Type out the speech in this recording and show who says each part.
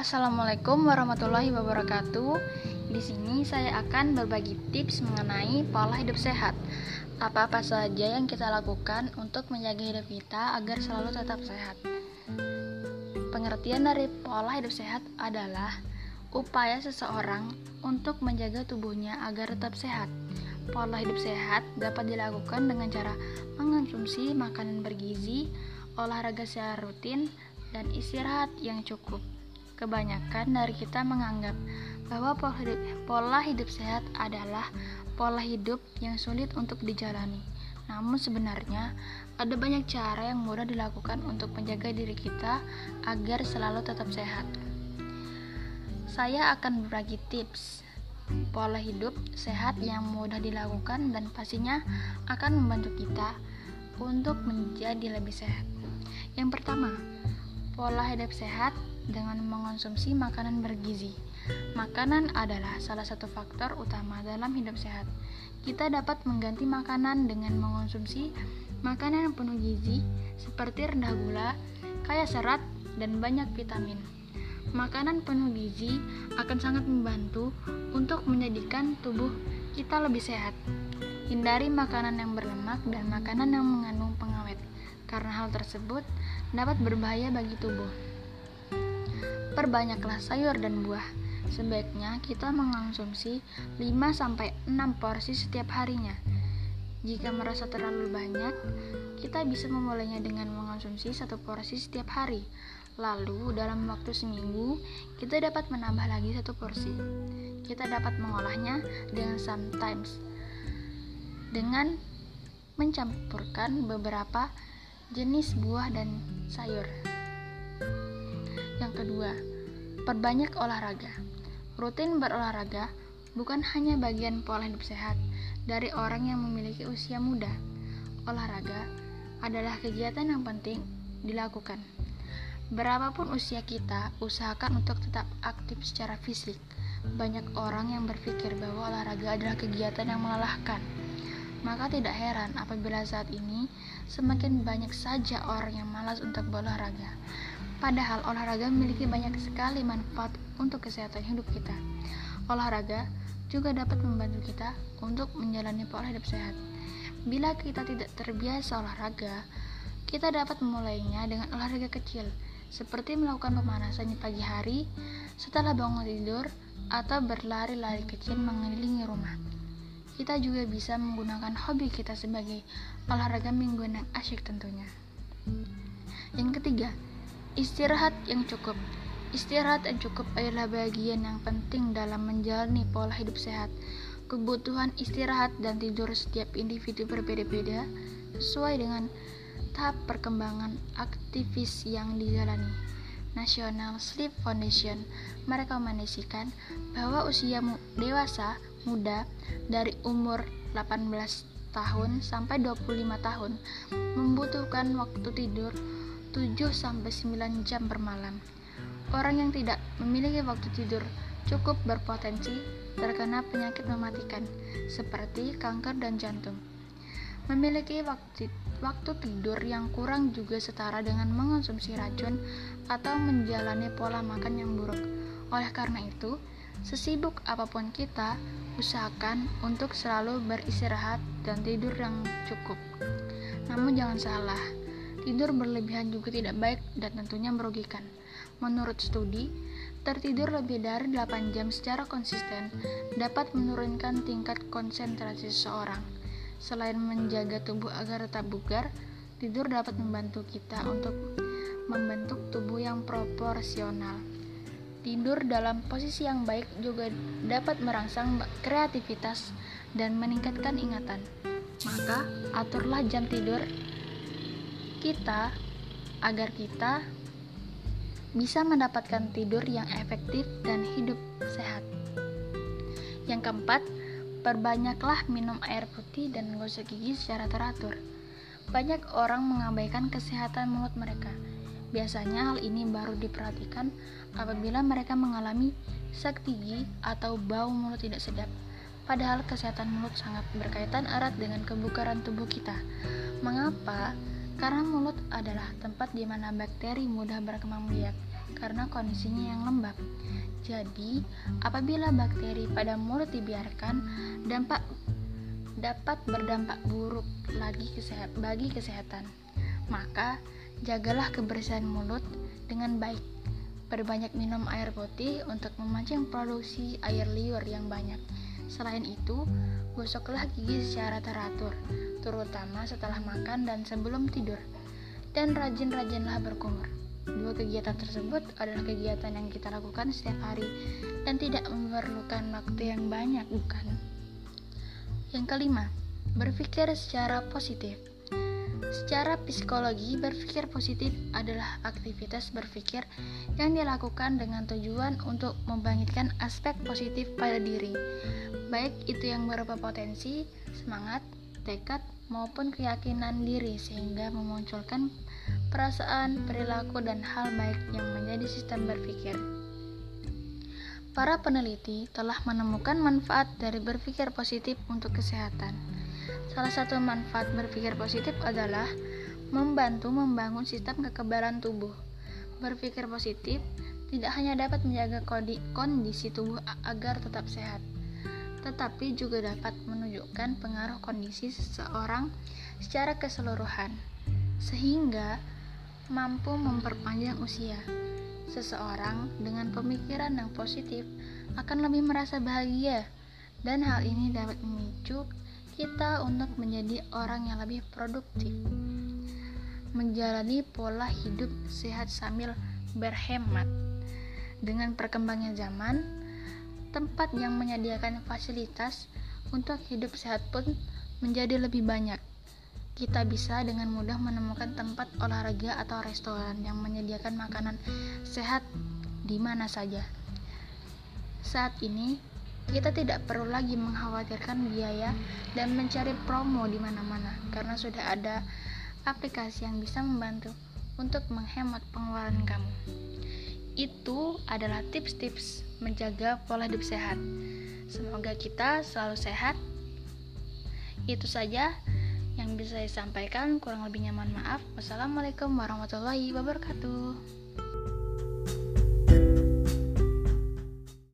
Speaker 1: Assalamualaikum warahmatullahi wabarakatuh. Di sini saya akan berbagi tips mengenai pola hidup sehat. Apa-apa saja yang kita lakukan untuk menjaga hidup kita agar selalu tetap sehat. Pengertian dari pola hidup sehat adalah upaya seseorang untuk menjaga tubuhnya agar tetap sehat. Pola hidup sehat dapat dilakukan dengan cara mengonsumsi makanan bergizi, olahraga secara rutin, dan istirahat yang cukup. Kebanyakan dari kita menganggap bahwa pola hidup sehat adalah pola hidup yang sulit untuk dijalani. Namun sebenarnya ada banyak cara yang mudah dilakukan untuk menjaga diri kita agar selalu tetap sehat. Saya akan berbagi tips pola hidup sehat yang mudah dilakukan dan pastinya akan membantu kita untuk menjadi lebih sehat. Yang pertama, pola hidup sehat dengan mengonsumsi makanan bergizi. Makanan adalah salah satu faktor utama dalam hidup sehat. Kita dapat mengganti makanan dengan mengonsumsi makanan yang penuh gizi seperti rendah gula, kaya serat, dan banyak vitamin. Makanan penuh gizi akan sangat membantu untuk menjadikan tubuh kita lebih sehat. Hindari makanan yang berlemak dan makanan yang mengandung pengawet, karena hal tersebut dapat berbahaya bagi tubuh. Perbanyaklah sayur dan buah. Sebaiknya kita mengonsumsi 5-6 porsi setiap harinya. Jika merasa terlalu banyak, kita bisa memulainya dengan mengonsumsi 1 porsi setiap hari. Lalu dalam waktu seminggu, kita dapat menambah lagi 1 porsi. Kita dapat mengolahnya dengan sometimes dengan mencampurkan beberapa jenis buah dan sayur. Yang kedua, perbanyak olahraga. Rutin berolahraga bukan hanya bagian pola hidup sehat dari orang yang memiliki usia muda. Olahraga adalah kegiatan yang penting dilakukan. Berapapun usia kita, usahakan untuk tetap aktif secara fisik. Banyak orang yang berpikir bahwa olahraga adalah kegiatan yang melelahkan. Maka tidak heran apabila saat ini semakin banyak saja orang yang malas untuk berolahraga. Padahal olahraga memiliki banyak sekali manfaat untuk kesehatan hidup kita. Olahraga juga dapat membantu kita untuk menjalani pola hidup sehat. Bila kita tidak terbiasa olahraga, kita dapat memulainya dengan olahraga kecil, seperti melakukan pemanasan di pagi hari setelah bangun tidur atau berlari-lari kecil mengelilingi rumah. Kita juga bisa menggunakan hobi kita sebagai olahraga mingguan yang asyik tentunya. Yang ketiga, istirahat yang cukup. Istirahat yang cukup adalah bagian yang penting dalam menjalani pola hidup sehat. Kebutuhan istirahat dan tidur setiap individu berbeda-beda sesuai dengan tahap perkembangan aktivis yang dijalani. National Sleep Foundation merekomendasikan bahwa usia dewasa muda dari umur 18 tahun sampai 25 tahun membutuhkan waktu tidur 7-9 jam per malam. Orang yang tidak memiliki waktu tidur cukup berpotensi terkena penyakit mematikan seperti kanker dan jantung. Memiliki waktu tidur yang kurang juga setara dengan mengonsumsi racun atau menjalani pola makan yang buruk. Oleh karena itu, sesibuk apapun kita, usahakan untuk selalu beristirahat dan tidur yang cukup. Namun jangan salah, tidur berlebihan juga tidak baik dan tentunya merugikan. Menurut studi, tertidur lebih dari 8 jam secara konsisten dapat menurunkan tingkat konsentrasi seseorang. Selain menjaga tubuh agar tetap bugar, tidur dapat membantu kita untuk membentuk tubuh yang proporsional. Tidur dalam posisi yang baik juga dapat merangsang kreativitas dan meningkatkan ingatan. Maka, aturlah jam tidur kita agar kita bisa mendapatkan tidur yang efektif dan hidup sehat. Yang keempat, perbanyaklah minum air putih dan menggosok gigi secara teratur. Banyak orang mengabaikan kesehatan mulut mereka. Biasanya hal ini baru diperhatikan apabila mereka mengalami sak gigi atau bau mulut tidak sedap. Padahal kesehatan mulut sangat berkaitan erat dengan kebugaran tubuh kita. Mengapa? Karena mulut adalah tempat di mana bakteri mudah berkembang biak. karena kondisinya yang lembab. Jadi, apabila bakteri pada mulut dibiarkan, dapat berdampak buruk bagi kesehatan. Maka, jagalah kebersihan mulut dengan baik. Perbanyak minum air putih untuk memancing produksi air liur yang banyak. Selain itu, gosoklah gigi secara teratur, terutama setelah makan dan sebelum tidur. Dan rajin-rajinlah berkumur. Dua kegiatan tersebut adalah kegiatan yang kita lakukan setiap hari dan tidak memerlukan waktu yang banyak, bukan? Yang kelima, berpikir secara positif. Secara psikologi, berpikir positif adalah aktivitas berpikir yang dilakukan dengan tujuan untuk membangkitkan aspek positif pada diri, baik itu yang berupa potensi, semangat, tekad, maupun keyakinan diri, sehingga memunculkan perasaan, perilaku, dan hal baik yang menjadi sistem berpikir. Para peneliti telah menemukan manfaat dari berpikir positif untuk kesehatan. Salah satu manfaat berpikir positif adalah membantu membangun sistem kekebalan tubuh. Berpikir positif tidak hanya dapat menjaga kondisi tubuh agar tetap sehat, tetapi juga dapat menunjukkan pengaruh kondisi seseorang secara keseluruhan, sehingga mampu memperpanjang usia. Seseorang dengan pemikiran yang positif akan lebih merasa bahagia, dan hal ini dapat memicu kita untuk menjadi orang yang lebih produktif, menjalani pola hidup sehat sambil berhemat. Dengan perkembangan zaman, tempat yang menyediakan fasilitas untuk hidup sehat pun menjadi lebih banyak. Kita bisa dengan mudah menemukan tempat olahraga atau restoran yang menyediakan makanan sehat di mana saja. Saat ini, kita tidak perlu lagi mengkhawatirkan biaya dan mencari promo di mana-mana, karena sudah ada aplikasi yang bisa membantu untuk menghemat pengeluaran kamu. Itu adalah tips-tips menjaga pola hidup sehat. Semoga kita selalu sehat. Itu saja yang bisa saya sampaikan, kurang lebihnya mohon maaf. Wassalamualaikum warahmatullahi wabarakatuh.